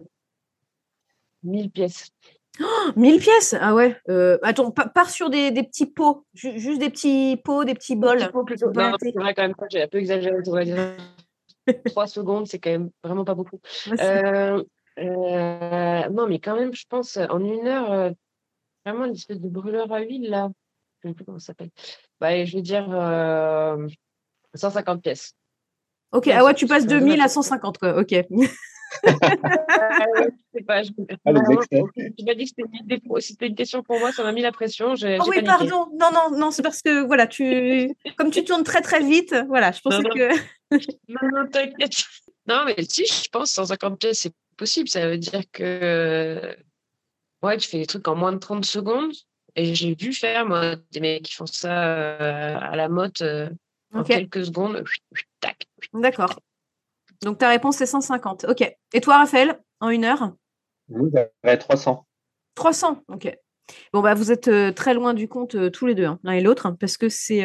1000 pièces. 1000 pièces? Ah ouais. Attends, pars sur des petits pots. Juste des petits pots, des petits bols. Petit pot plutôt. Bol à Non, thé. c'est vrai quand même, j'ai un peu exagéré, on va dire 3 secondes, c'est quand même vraiment pas beaucoup. Ouais, c'est- Non, mais quand même, je pense, en 1 heure, vraiment une espèce de brûleur à huile, là. Je ne sais plus comment ça s'appelle. Bah, je vais dire 150 pièces. Ok, Même ah ouais, ça, tu c'est passes pas de 1000 à n'importe 150, quoi. Ok. Ouais, je sais pas. Ah, les Vraiment, excès. tu m'as dit que c'était une question pour moi, ça m'a mis la pression, Oh j'ai oui, paniqué. pardon. Non, non, non, c'est parce que, voilà, comme tu tournes très, très vite, voilà, je Non, pensais non, que. non, non, t'inquiète. Non, mais si, je pense 150 pièces, c'est possible. Ça veut dire que ouais, tu fais des trucs en moins de 30 secondes. Et j'ai vu faire, moi, des mecs qui font ça à la motte en Ok, quelques secondes. Tac. d'accord. Donc ta réponse, c'est 150. Ok. Et toi, Raphaël, en 1 heure? Vous avez 300. 300. Ok. Bon, bah, vous êtes très loin du compte tous les deux, hein, l'un et l'autre, hein, parce que c'est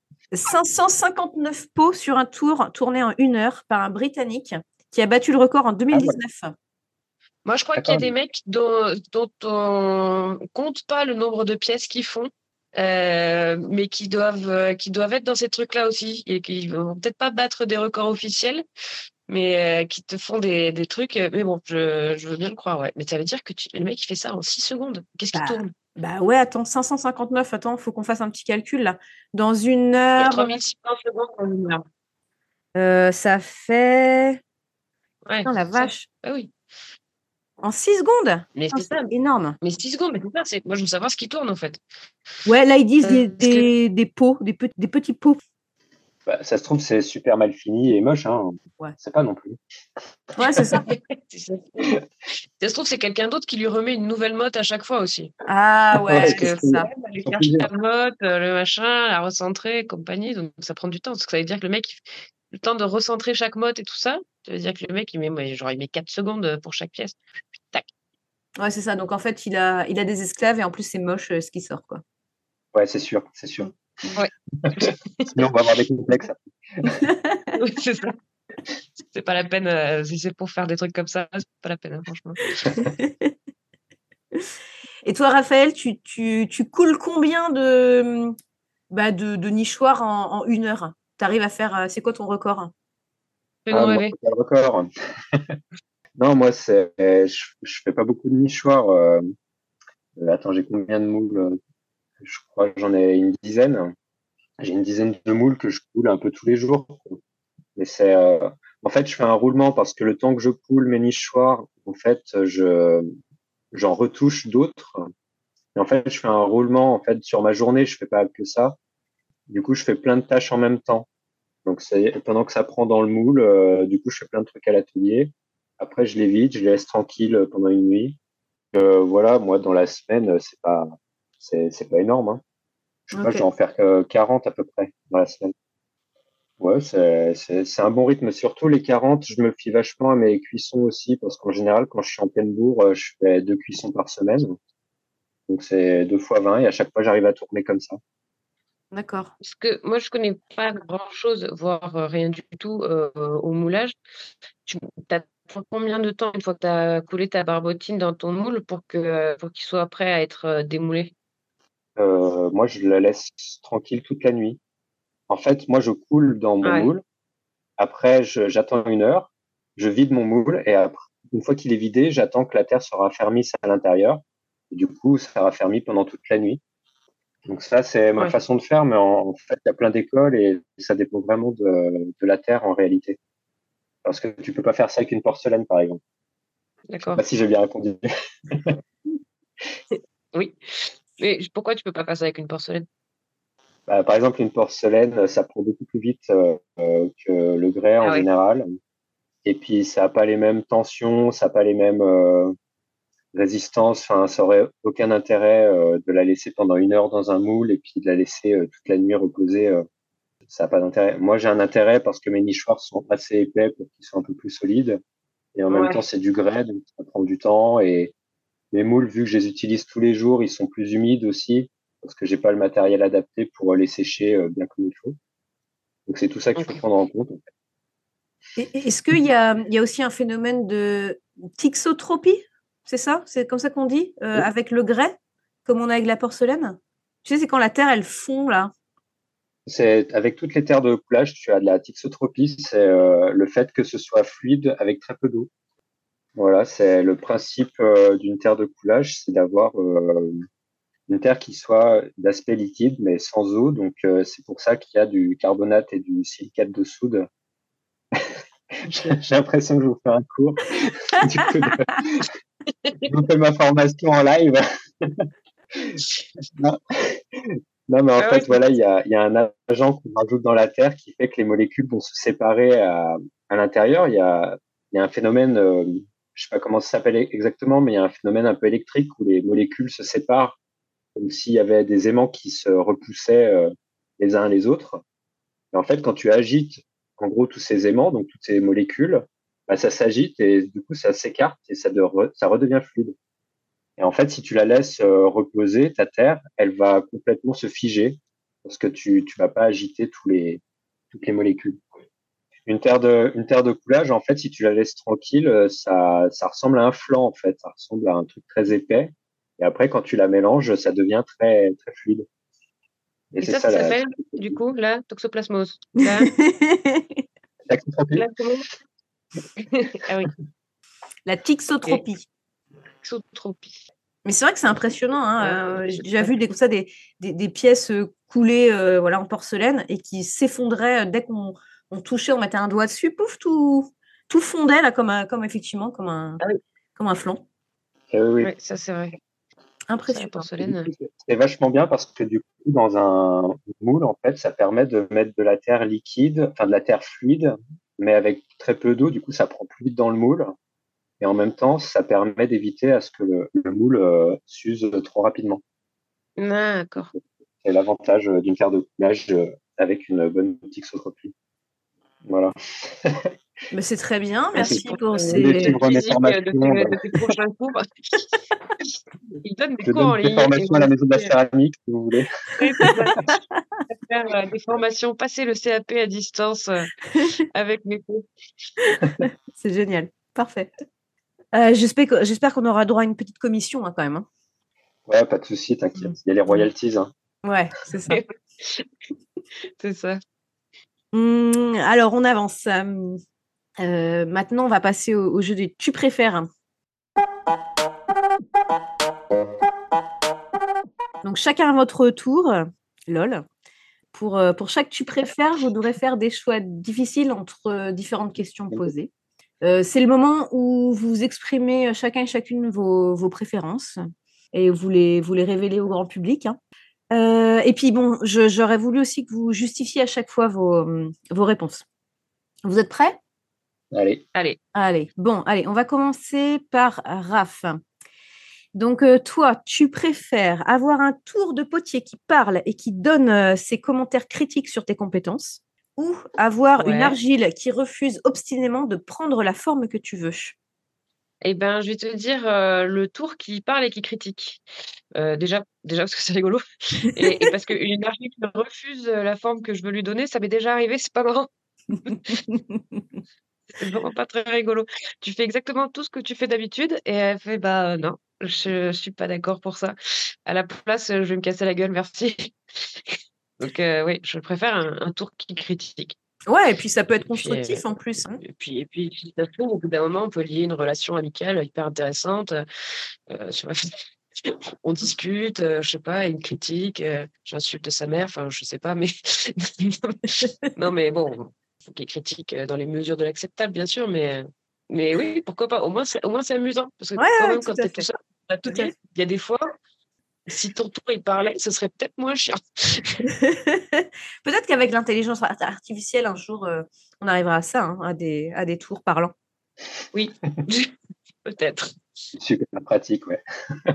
559 pots sur un tour tourné en 1 heure par un Britannique qui a battu le record en Ah ouais, 2019. Moi, je crois qu'il y a d'accord. des mecs dont on compte pas le nombre de pièces qu'ils font, mais qui doivent être dans ces trucs-là aussi et qui vont peut-être pas battre des records officiels, mais qui te font des trucs. Mais bon, je veux bien le croire, ouais. Mais ça veut dire que le mec, il fait ça en 6 secondes. Qu'est-ce qu'il Bah, tourne? bah ouais, attends, 559, attends, faut qu'on fasse un petit calcul là. Dans une Il y a heure, 3600 secondes en 1 heure. ça fait. Ouais, Putain, la c'est ça. vache. Ah oui. En 6 secondes? Mais Putain, c'est c'est ça. énorme. Mais 6 secondes, mais c'est ça. Moi, je veux savoir ce qui tourne, en fait. Ouais, là, ils disent Parce que des pots, des petits pots. Bah, ça se trouve, c'est super mal fini et moche, hein. Ouais, C'est pas non plus. ouais, c'est ça. si ça se trouve, c'est quelqu'un d'autre qui lui remet une nouvelle motte à chaque fois aussi. Ah Ouais, Parce ouais, c'est que c'est faut ça. quand même aller ils sont chercher la plusieurs. motte, le machin, la recentrer et compagnie. Donc ça prend du temps. Parce que ça veut dire que le mec, le temps de recentrer chaque motte et tout ça, ça veut dire que le mec, il met 4 secondes pour chaque pièce. Tac. Ouais, c'est ça. Donc en fait, il a des esclaves et en plus, c'est moche ce qui sort, quoi. Ouais, c'est sûr, c'est Mm, sûr. mm. Ouais, Sinon, on va avoir des complexes. oui, c'est ça. C'est pas la peine. Si c'est pour faire des trucs comme ça, c'est pas la peine, hein, franchement. Et toi, Raphaël, tu coules combien de nichoirs en 1 heure? Tu arrives à faire. C'est quoi ton record? Fais-nous Ah, moi, rêver. c'est pas le record. Non, moi, je fais pas beaucoup de nichoirs. Attends, j'ai combien de moules? Je crois que j'en ai une dizaine. J'ai une dizaine de moules que je coule un peu tous les jours. Mais en fait, je fais un roulement parce que le temps que je coule mes nichoirs, en fait, j'en retouche d'autres. Et en fait, je fais un roulement, en fait, sur ma journée, je fais pas que ça. Du coup, je fais plein de tâches en même temps. Donc, pendant que ça prend dans le moule, du coup, je fais plein de trucs à l'atelier. Après, je les vide, je les laisse tranquilles pendant une nuit. Voilà, moi, dans la semaine, c'est pas énorme, hein. Je sais pas, je Ok. vais en faire 40 à peu près dans la semaine. Ouais, c'est un bon rythme. Surtout les 40, je me fie vachement à mes cuissons aussi, parce qu'en général, quand je suis en pleine bourre, je fais 2 cuissons par semaine. Donc c'est 2 fois 20 et à chaque fois, j'arrive à tourner comme ça. D'accord. Parce que moi, je connais pas grand-chose, voire rien du tout au moulage. Tu t'attends combien de temps une fois que tu as coulé ta barbotine dans ton moule pour qu'il soit prêt à être démoulé? Moi, je la laisse tranquille toute la nuit. En fait, moi, je coule dans mon Ouais, moule. Après, j'attends 1 heure, je vide mon moule et après, une fois qu'il est vidé, j'attends que la terre se raffermisse à l'intérieur. Et du coup, ça raffermit pendant toute la nuit. Donc ça, c'est ma ouais, façon de faire, mais en fait, il y a plein d'écoles et ça dépend vraiment de la terre en réalité. Parce que tu peux pas faire ça avec une porcelaine, par exemple. Je sais d'accord. pas si j'ai bien répondu. Oui. Mais pourquoi tu peux pas faire ça avec une porcelaine? Bah, par exemple, une porcelaine, ça prend beaucoup plus vite que le grès en Ah ouais, général. Et puis, ça n'a pas les mêmes tensions, ça n'a pas les mêmes résistances. Enfin, ça aurait aucun intérêt de la laisser pendant 1 heure dans un moule et puis de la laisser toute la nuit reposer. Ça n'a pas d'intérêt. Moi, j'ai un intérêt parce que mes nichoirs sont assez épais pour qu'ils soient un peu plus solides. Et en même temps, ouais, c'est du grès, donc ça prend du temps. Et mes moules, vu que je les utilise tous les jours, ils sont plus humides aussi, parce que j'ai pas le matériel adapté pour les sécher bien comme il faut. Donc c'est tout ça qu'il faut Ok. prendre en compte. Est-ce qu'il y a aussi un phénomène de thixotropie? C'est ça? C'est comme ça qu'on dit? Avec le grès, comme on a avec la porcelaine? Tu sais, c'est quand la terre, elle fond, là. C'est avec toutes les terres de coulage, tu as de la thixotropie, c'est le fait que ce soit fluide avec très peu d'eau. Voilà, c'est le principe d'une terre de coulage, c'est d'avoir une terre qui soit d'aspect liquide mais sans eau. Donc c'est pour ça qu'il y a du carbonate et du silicate de soude. J'ai l'impression que je vous fais un cours. Du coup, je vous fais ma formation en live. Non, non, mais en Ah ouais, fait, voilà, il y a un agent qu'on rajoute dans la terre qui fait que les molécules vont se séparer à l'intérieur. Il y a un phénomène, je sais pas comment ça s'appelle exactement, mais il y a un phénomène un peu électrique où les molécules se séparent comme s'il y avait des aimants qui se repoussaient les uns les autres. Et en fait, quand tu agites, en gros, tous ces aimants, donc toutes ces molécules, bah, ça s'agite et du coup, ça s'écarte et ça redevient fluide. Et en fait, si tu la laisses reposer, ta terre, elle va complètement se figer parce que tu vas pas agiter toutes les molécules. Une terre de coulage, en fait, si tu la laisses tranquille, ça ressemble à un flan, en fait. Ça ressemble à un truc très épais. Et après, quand tu la mélanges, ça devient très, très fluide. Et et c'est ça ça la s'appelle, du coup, la toxoplasmose. La taxotrophie. comment? Ah oui, La ok. thixotropie. Toxotropie. Mais c'est vrai que c'est impressionnant, Ah, hein. je J'ai sais déjà pas. vu des pièces coulées voilà, en porcelaine et qui s'effondraient dès qu'on touchait, on mettait un doigt dessus, pouf, tout fondait là, comme effectivement, Ah oui, comme un flanc. Et oui, oui. ouais, ça c'est vrai. Ça, la Impressionnant. Et du porcelaine. coup, c'est vachement bien parce que du coup, dans un moule, en fait, ça permet de mettre de la terre liquide, enfin de la terre fluide, mais avec très peu d'eau. Du coup, ça prend plus vite dans le moule. Et en même temps, ça permet d'éviter à ce que le moule s'use trop rapidement. D'accord. C'est l'avantage d'une terre de coulage avec une bonne thixotropie. Voilà. Mais c'est très bien, Si Merci merci pour pour vous voulez ces. suivre mes physique formations, de tes prochains cours. Il donne des je cours en donne des ligne et formations à vous la maison de la aussi, céramique, si vous voulez. ouais, c'est ça. Faire des formations, passer le CAP à distance avec mes cours. C'est génial, parfait. J'espère qu'on aura droit à une petite commission hein, quand même, hein. Ouais, pas de souci, t'inquiète. Mm. Il y a les Mm. royalties, hein. Ouais, c'est ça. C'est ça. Alors, on avance. Maintenant, on va passer au jeu des tu préfères. Donc, chacun à votre tour, lol. Pour chaque tu préfères, vous devrez faire des choix difficiles entre différentes questions posées. C'est le moment où vous exprimez chacun et chacune vos préférences et vous les révélez au grand public, hein. Et puis, bon, j'aurais voulu aussi que vous justifiez à chaque fois vos réponses. Vous êtes prêts? Allez. Allez. Allez, bon, allez, on va commencer par Raph. Donc, toi, tu préfères avoir un tour de potier qui parle et qui donne ses commentaires critiques sur tes compétences ou avoir une Ouais. argile qui refuse obstinément de prendre la forme que tu veux? Eh ben, je vais te dire le tour qui parle et qui critique. Déjà parce que c'est rigolo et parce qu'une argile qui refuse la forme que je veux lui donner, ça m'est déjà arrivé, c'est pas marrant. C'est vraiment pas très rigolo. Tu fais exactement tout ce que tu fais d'habitude et elle fait: «Bah, non, je suis pas d'accord pour ça. À la place, je vais me casser la gueule, merci». Donc oui, je préfère un tour qui critique Ouais, et puis ça peut être et puis, constructif en plus, hein. si ça se trouve, au bout d'un moment, on peut lier une relation amicale hyper intéressante, tu vois? On discute, je sais pas, il me critique, j'insulte sa mère, enfin, je sais pas, mais non, mais bon, faut qu'il critique, dans les mesures de l'acceptable, bien sûr, mais oui, pourquoi pas? Au moins c'est amusant parce que Ouais, quand ouais, même tout quand à tu es tout fait, seul dans tout à l'atelier, fait. il y a des fois, si ton tour il parlait, ce serait peut-être moins chiant. Peut-être qu'avec l'intelligence artificielle, un jour, on arrivera à ça, hein, à des tours parlants. Oui, peut-être. Super pratique, ouais.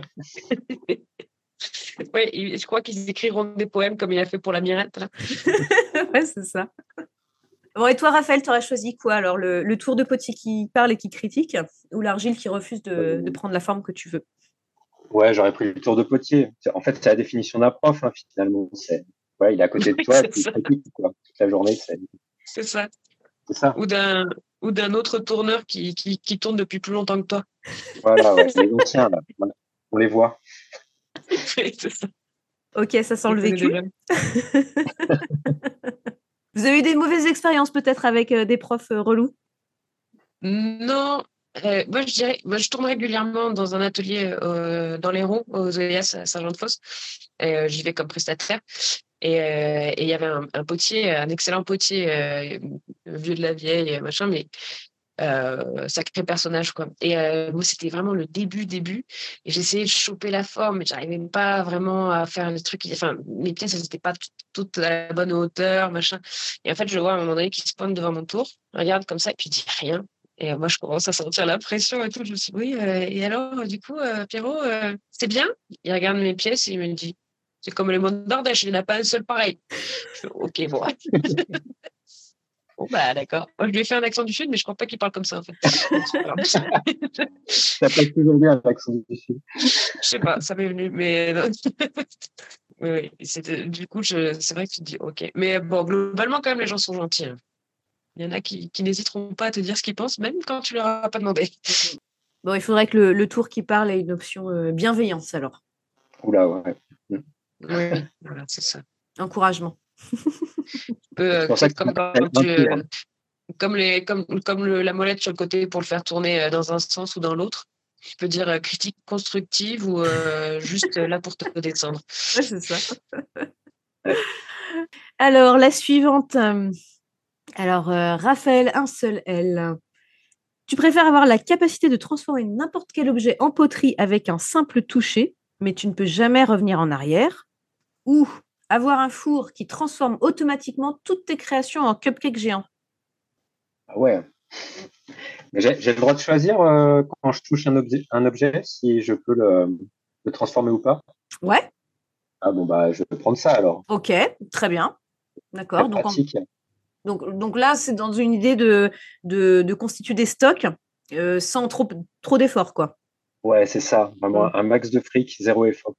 Oui, je crois qu'ils écriront des poèmes comme il a fait pour la Mirette, là. Ouais, c'est ça. Bon, et toi, Raphaël, tu aurais choisi quoi alors, le tour de potier qui parle et qui critique ou l'argile qui refuse de Euh, prendre la forme que tu veux? Ouais, j'aurais pris le tour de potier. En fait, c'est la définition d'un prof, hein, finalement. Ouais, il est à côté de Oui, toi, c'est tu ça. critiques, quoi. Toute la journée, C'est ça. c'est ça. Ou d'un autre tourneur qui tourne depuis plus longtemps que toi. Voilà, ouais. Les anciens, là, voilà. On les voit. Oui, c'est ça. Ok, ça sent Je le connais vécu. déjà. Vous avez eu des mauvaises expériences peut-être avec des profs relous? Non, moi je dirais, moi je tourne régulièrement dans un atelier dans l'Hérault, aux OES à Saint-Jean-de-Fosse. J'y vais comme prestataire. Et il y avait un potier, un excellent potier, vieux de la vieille, machin, mais sacré personnage, quoi. Et moi, c'était vraiment le début. Et j'essayais de choper la forme, mais j'arrivais même pas vraiment à faire le truc. Enfin, mes pièces, elles n'étaient pas toutes à la bonne hauteur, machin. Et en fait, je le vois à un moment donné qui se pointe devant mon tour, regarde comme ça, et puis il dit rien. Et moi, je commence à sentir la pression et tout. Je me suis dit, oui, et alors, du coup, Pierrot, c'est bien? Il regarde mes pièces et il me dit, c'est comme les mondes d'Ardèche, il n'y en a pas un seul pareil. Je fais, ok, bon. Bon, bah, d'accord. Moi, je lui ai fait un accent du Sud, mais je crois pas qu'il parle comme ça, en fait. Bon, c'est pas grave. Ça passe toujours bien avec l'accent dessus. Je sais pas, ça m'est venu, mais oui, oui. Du coup, c'est vrai que tu te dis, ok. Mais bon, globalement, quand même, les gens sont gentils, hein. Il y en a qui n'hésiteront pas à te dire ce qu'ils pensent, même quand tu leur as pas demandé. Bon, il faudrait que le tour qui parle ait une option bienveillance alors. Oula, ouais. Oui, voilà, c'est ça. Encouragement. C'est pour Tu ça sais, que ça comme quand s'appelle un tour. comme la molette sur le côté pour le faire tourner dans un sens ou dans l'autre. Tu peux dire critique constructive ou juste là pour te descendre. Ouais, c'est ça. Ouais. Alors, la suivante. Alors, Raphaël, un seul L. Tu préfères avoir la capacité de transformer n'importe quel objet en poterie avec un simple toucher, mais tu ne peux jamais revenir en arrière, ou avoir un four qui transforme automatiquement toutes tes créations en cupcakes géants? Ah ouais. Mais j'ai le droit de choisir quand je touche un objet, si je peux le transformer ou pas. Ouais, Ah bon, bah, je vais prendre ça alors. ok, très bien. Très D'accord. pratique. Donc là, c'est dans une idée de constituer des stocks sans trop d'efforts, quoi. Ouais, c'est ça. Mm. Vraiment un max de fric, zéro effort.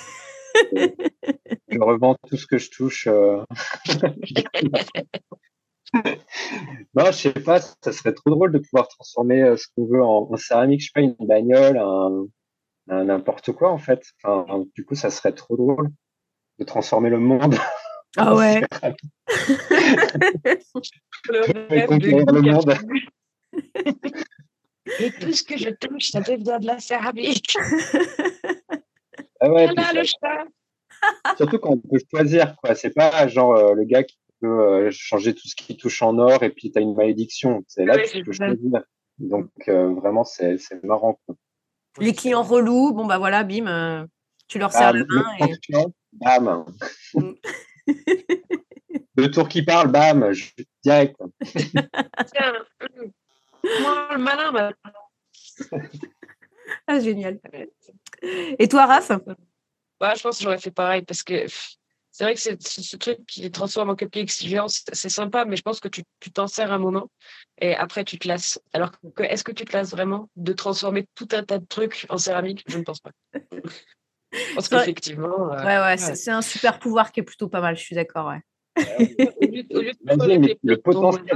Je revends tout ce que je touche. Non, je sais pas, ça serait trop drôle de pouvoir transformer ce qu'on veut en céramique, je sais pas, une bagnole, n'importe quoi en fait. Enfin, du coup, ça serait trop drôle de transformer le monde Ah en ouais. céramique Le et rêve de conquérir le geek monde. absolu. Et tout ce que je touche, ça devient de la céramique. Ah ouais, puis Voilà le chat. surtout quand on peut choisir, quoi. C'est pas genre le gars qui peut changer tout ce qui touche en or et puis tu as une malédiction. C'est là, Oui, tu c'est peux ça. choisir. Donc vraiment, c'est marrant, quoi. Les clients relous, bon bah voilà, bim, tu leur serres Bam, la le main et. confiant, bam. Mm. Le tour qui parle, bam, direct. Tiens, moi, le malin, Ah, génial. Et toi, Raph? bah, je pense que j'aurais fait pareil parce que c'est vrai que ce truc qui les transforme en cupcakes géants, c'est sympa, mais je pense que tu t'en sers un moment et après tu te lasses. Alors que est-ce que tu te lasses vraiment de transformer tout un tas de trucs en céramique? Je ne pense pas. Je pense C'est vrai. qu'effectivement, Ouais, ouais. c'est un super pouvoir qui est plutôt pas mal, je suis d'accord, ouais. Au lieu de crever Imagine les le pneus de ton potentiel. voisin,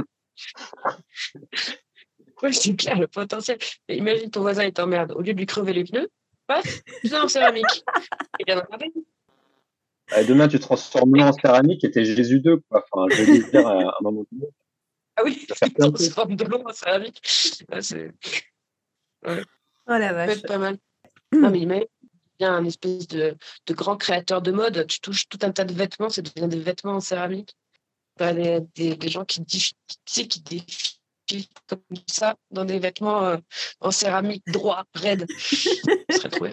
ouais, c'est clair, le potentiel. Mais imagine ton voisin il t'emmerde. Au lieu de lui crever les pneus, paf, tout ça en céramique. Et il y en a pas. Demain, tu transformes l'eau en céramique et t'es Jésus 2, quoi. Enfin, je veux dire, à un moment donné, Ah oui, tu vas faire il plein de trucs. transforme de l'eau en céramique. Ah, ouais, Oh la ça peut vache. être pas mal. Non, mais imagine bien un espèce de grand créateur de mode. Tu touches tout un tas de vêtements, ça devient des vêtements en céramique. T'as des gens qui défilent comme ça dans des vêtements en céramique droit, raide. Ce serait trop bien.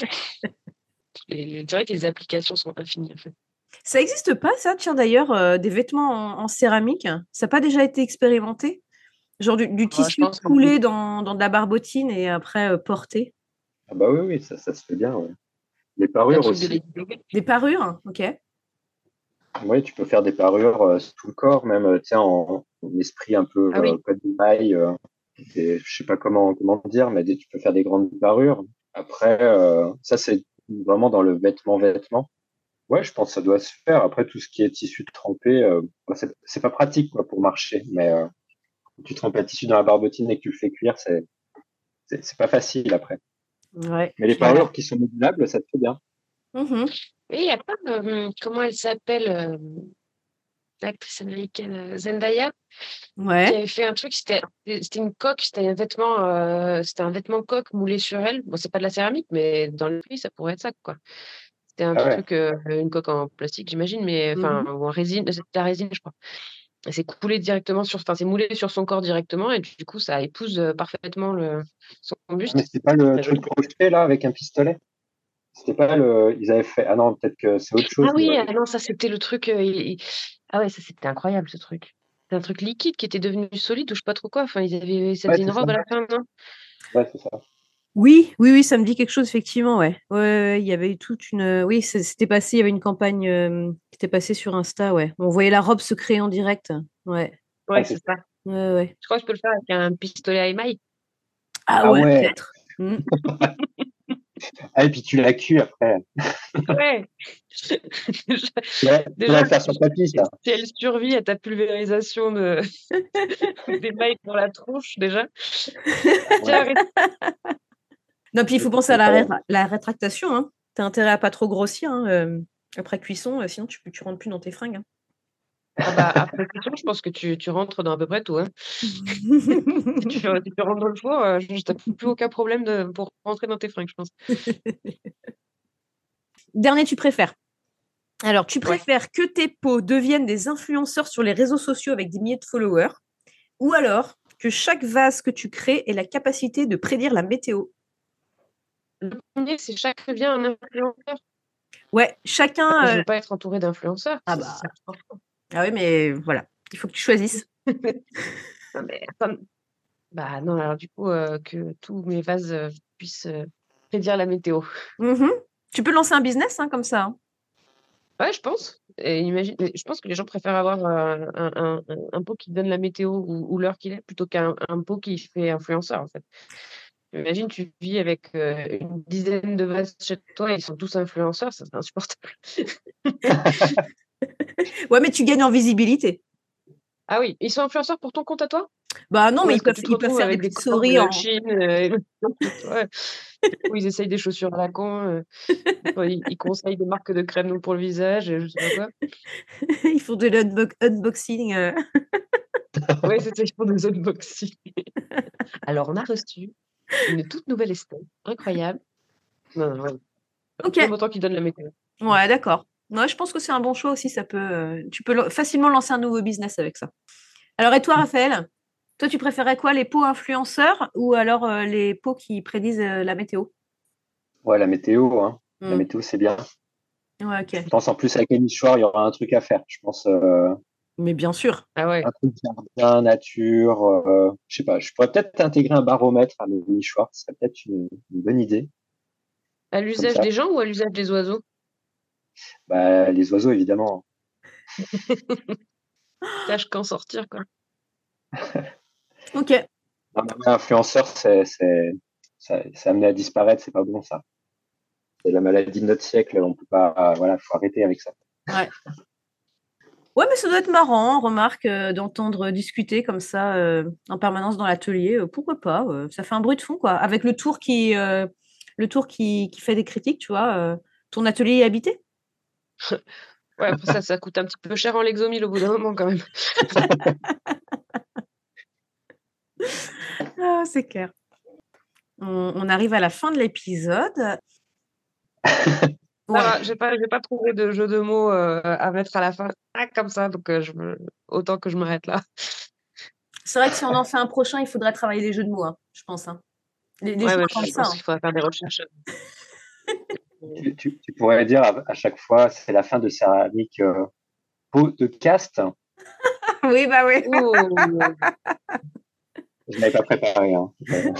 Je dirais que les applications sont infinies, en fait. Ça existe pas, ça, tiens, d'ailleurs, des vêtements en céramique? Ça n'a pas déjà été expérimenté? Genre du Je tissu pense qu'on peut. coulé dans de la barbotine et après porté? Ah bah oui, oui, ça se fait bien, ouais. Les C'est un parures truc de aussi. Lady Gaga. Des parures? Ok. Oui, tu peux faire des parures sur tout le corps, même, tu sais, en esprit un peu Ah oui, code de maille. Je sais pas comment dire, mais tu peux faire des grandes parures. Après, ça, c'est vraiment dans le vêtement. Ouais, je pense que ça doit se faire. Après, tout ce qui est tissu trempé, c'est pas pratique quoi pour marcher. Mais quand tu trempes un tissu dans la barbotine et que tu le fais cuire, c'est pas facile après. Ouais. Mais les parures qui sont modulables, ça te fait bien. Mhm. Et il n'y a pas, comment elle s'appelle, l'actrice américaine Zendaya, qui Ouais. avait fait un truc, c'était une coque, c'était un vêtement coque moulé sur elle. Bon, c'est pas de la céramique, mais dans le prix, ça pourrait être ça, quoi. C'était un Ah ouais. truc, une coque en plastique, j'imagine, mais enfin, Mhm. ou en résine, c'est de la résine, je crois. Et c'est coulé directement enfin, c'est moulé sur son corps directement, et du coup, ça épouse parfaitement son Ah, mais buste. c'était pas C'est le très joli. truc crochet là avec un pistolet. C'était pas le. Ils avaient fait. Ah non, peut-être que c'est autre Ah chose. oui, ah non, ça c'était le truc. Ah ouais, ça c'était incroyable ce truc. C'est un truc liquide qui était devenu solide ou je sais pas trop quoi. Enfin, ça Ouais, faisait une c'est ça. robe à la fin, non? Ouais, c'est ça. Oui, oui, oui, ça me dit quelque chose, effectivement, ouais. Ouais, ouais, il y avait eu toute une. Oui, c'était passé, il y avait une campagne qui était passée sur Insta, ouais. On voyait la robe se créer en direct. Ouais, Ouais, Ouais, c'est c'est ça. ça. ouais, ouais. Je crois que je peux le faire avec un pistolet à émail. Ah Ah ouais, ouais. peut-être. Mm. Ah, et puis tu l'as cuit après. Ouais. Déjà, Ouais, faudrait déjà, faire sur tapis ça. si elle survit à ta pulvérisation d'émail pour la tronche, déjà. Tiens, Ouais, Non, puis il faut penser à incroyable. la rétractation, hein. T'as intérêt à pas trop grossir, hein, après cuisson, sinon tu rentres plus dans tes fringues, hein. ah bah, après cuisson, je pense que tu rentres dans à peu près tout, hein. Si tu rentres dans le four, tu plus aucun problème pour rentrer dans tes fringues, je pense. Dernier, tu préfères. Alors, tu Ouais. préfères que tes pots deviennent des influenceurs sur les réseaux sociaux avec des milliers de followers, ou alors que chaque vase que tu crées ait la capacité de prédire la météo? Le premier, c'est chaque devient un influenceur. Ouais, Bah, je chacun. veux pas être entourée d'influenceurs, Ah ça bah, sert à rien. ah oui, mais voilà, il faut que tu choisisses. Non, mais attends, bah, non, alors du coup, que tous mes vases, puissent, prédire la météo. Mhm. Tu peux lancer un business, hein, comme ça, hein. Ouais, je pense et mais je pense que les gens préfèrent avoir, un pot qui donne la météo ou l'heure qu'il est plutôt qu'un pot qui fait influenceur, en fait. Imagine, tu vis avec, une dizaine de vases chez toi, ils sont tous influenceurs, ça serait insupportable. Ouais, mais tu gagnes en visibilité. Ah oui, ils sont influenceurs pour ton compte à toi? Bah non, Ou mais est-ce que tu te ils peuvent retrouves faire des avec des petites copains stories de en. Chine, ouais, où ils essayent des chaussures à la con, ils conseillent des marques de crème pour le visage et je sais pas quoi. Ils font de l'unboxing. Ouais, c'est ça, ils font des unboxings. Alors on a reçu une toute nouvelle Estelle, incroyable. Non, non, ouais, Ok, même autant qu'ils donnent la météo. Mmh. ouais, d'accord. Ouais, je pense que c'est un bon choix aussi. Tu peux facilement lancer un nouveau business avec ça. Alors, et toi, Raphaël? Toi, tu préférais quoi, les pots influenceurs ou alors les pots qui prédisent la météo? Ouais, la météo, hein. La Hmm. météo, c'est bien. Ouais, Je ok. pense en plus avec les nichoirs, il y aura un truc à faire. Je pense Mais bien sûr. Ah ouais. un truc jardin, nature. Je sais pas. Je pourrais peut-être intégrer un baromètre à mes nichoirs. Ce serait peut-être une bonne idée. À Comme l'usage ça. des gens ou à l'usage des oiseaux? Bah, les oiseaux, évidemment. Sache quand sortir, quoi. Ok. Non, mais influenceur, c'est amené à disparaître. C'est pas bon, ça. C'est la maladie de notre siècle. On peut pas. Voilà, faut arrêter avec ça. Ouais. Ouais, mais ça doit être marrant, remarque, d'entendre discuter comme ça en permanence dans l'atelier. Pourquoi pas? Ça fait un bruit de fond, quoi. Avec le tour qui fait des critiques, tu vois. Ton atelier est habité? Ouais, après ça coûte un petit peu cher en Lexomil au bout d'un moment quand même. Ah, c'est clair. On arrive à la fin de l'épisode. Ça Ouais. va, j'ai pas trouvé de jeu de mots, à mettre à la fin, comme ça, donc autant que je m'arrête là. C'est vrai que si on en fait un prochain, il faudrait travailler les jeux de mots, hein, je pense, hein. Les Ouais, gens ouais, attendent je ça, pense hein. qu'il faudrait faire des recherches. Tu pourrais dire à chaque fois, c'est la fin de céramique pot de caste. Oui, bah oui. Ouh! Je n'avais pas préparé. Hein.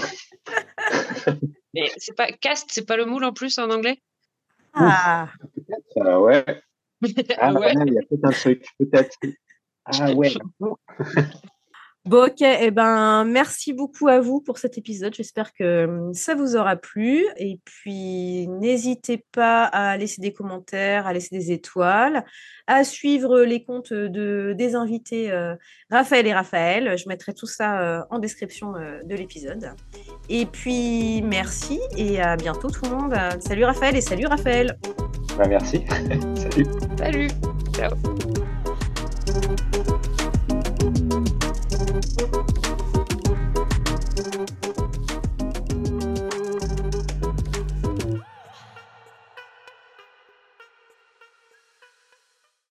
Mais c'est pas le moule en plus en anglais? Ouf, Ah, ouais. Ah Ah ouais? ouais, il y a peut-être un truc, peut-être. Ah ouais. Bon, ok, merci beaucoup à vous pour cet épisode. J'espère que ça vous aura plu. Et puis, n'hésitez pas à laisser des commentaires, à laisser des étoiles, à suivre les comptes des invités Raphaël et Raphaël. Je mettrai tout ça en description de l'épisode. Et puis, merci et à bientôt tout le monde. Salut Raphaël et salut Raphaël. Merci. Salut. Salut. Ciao.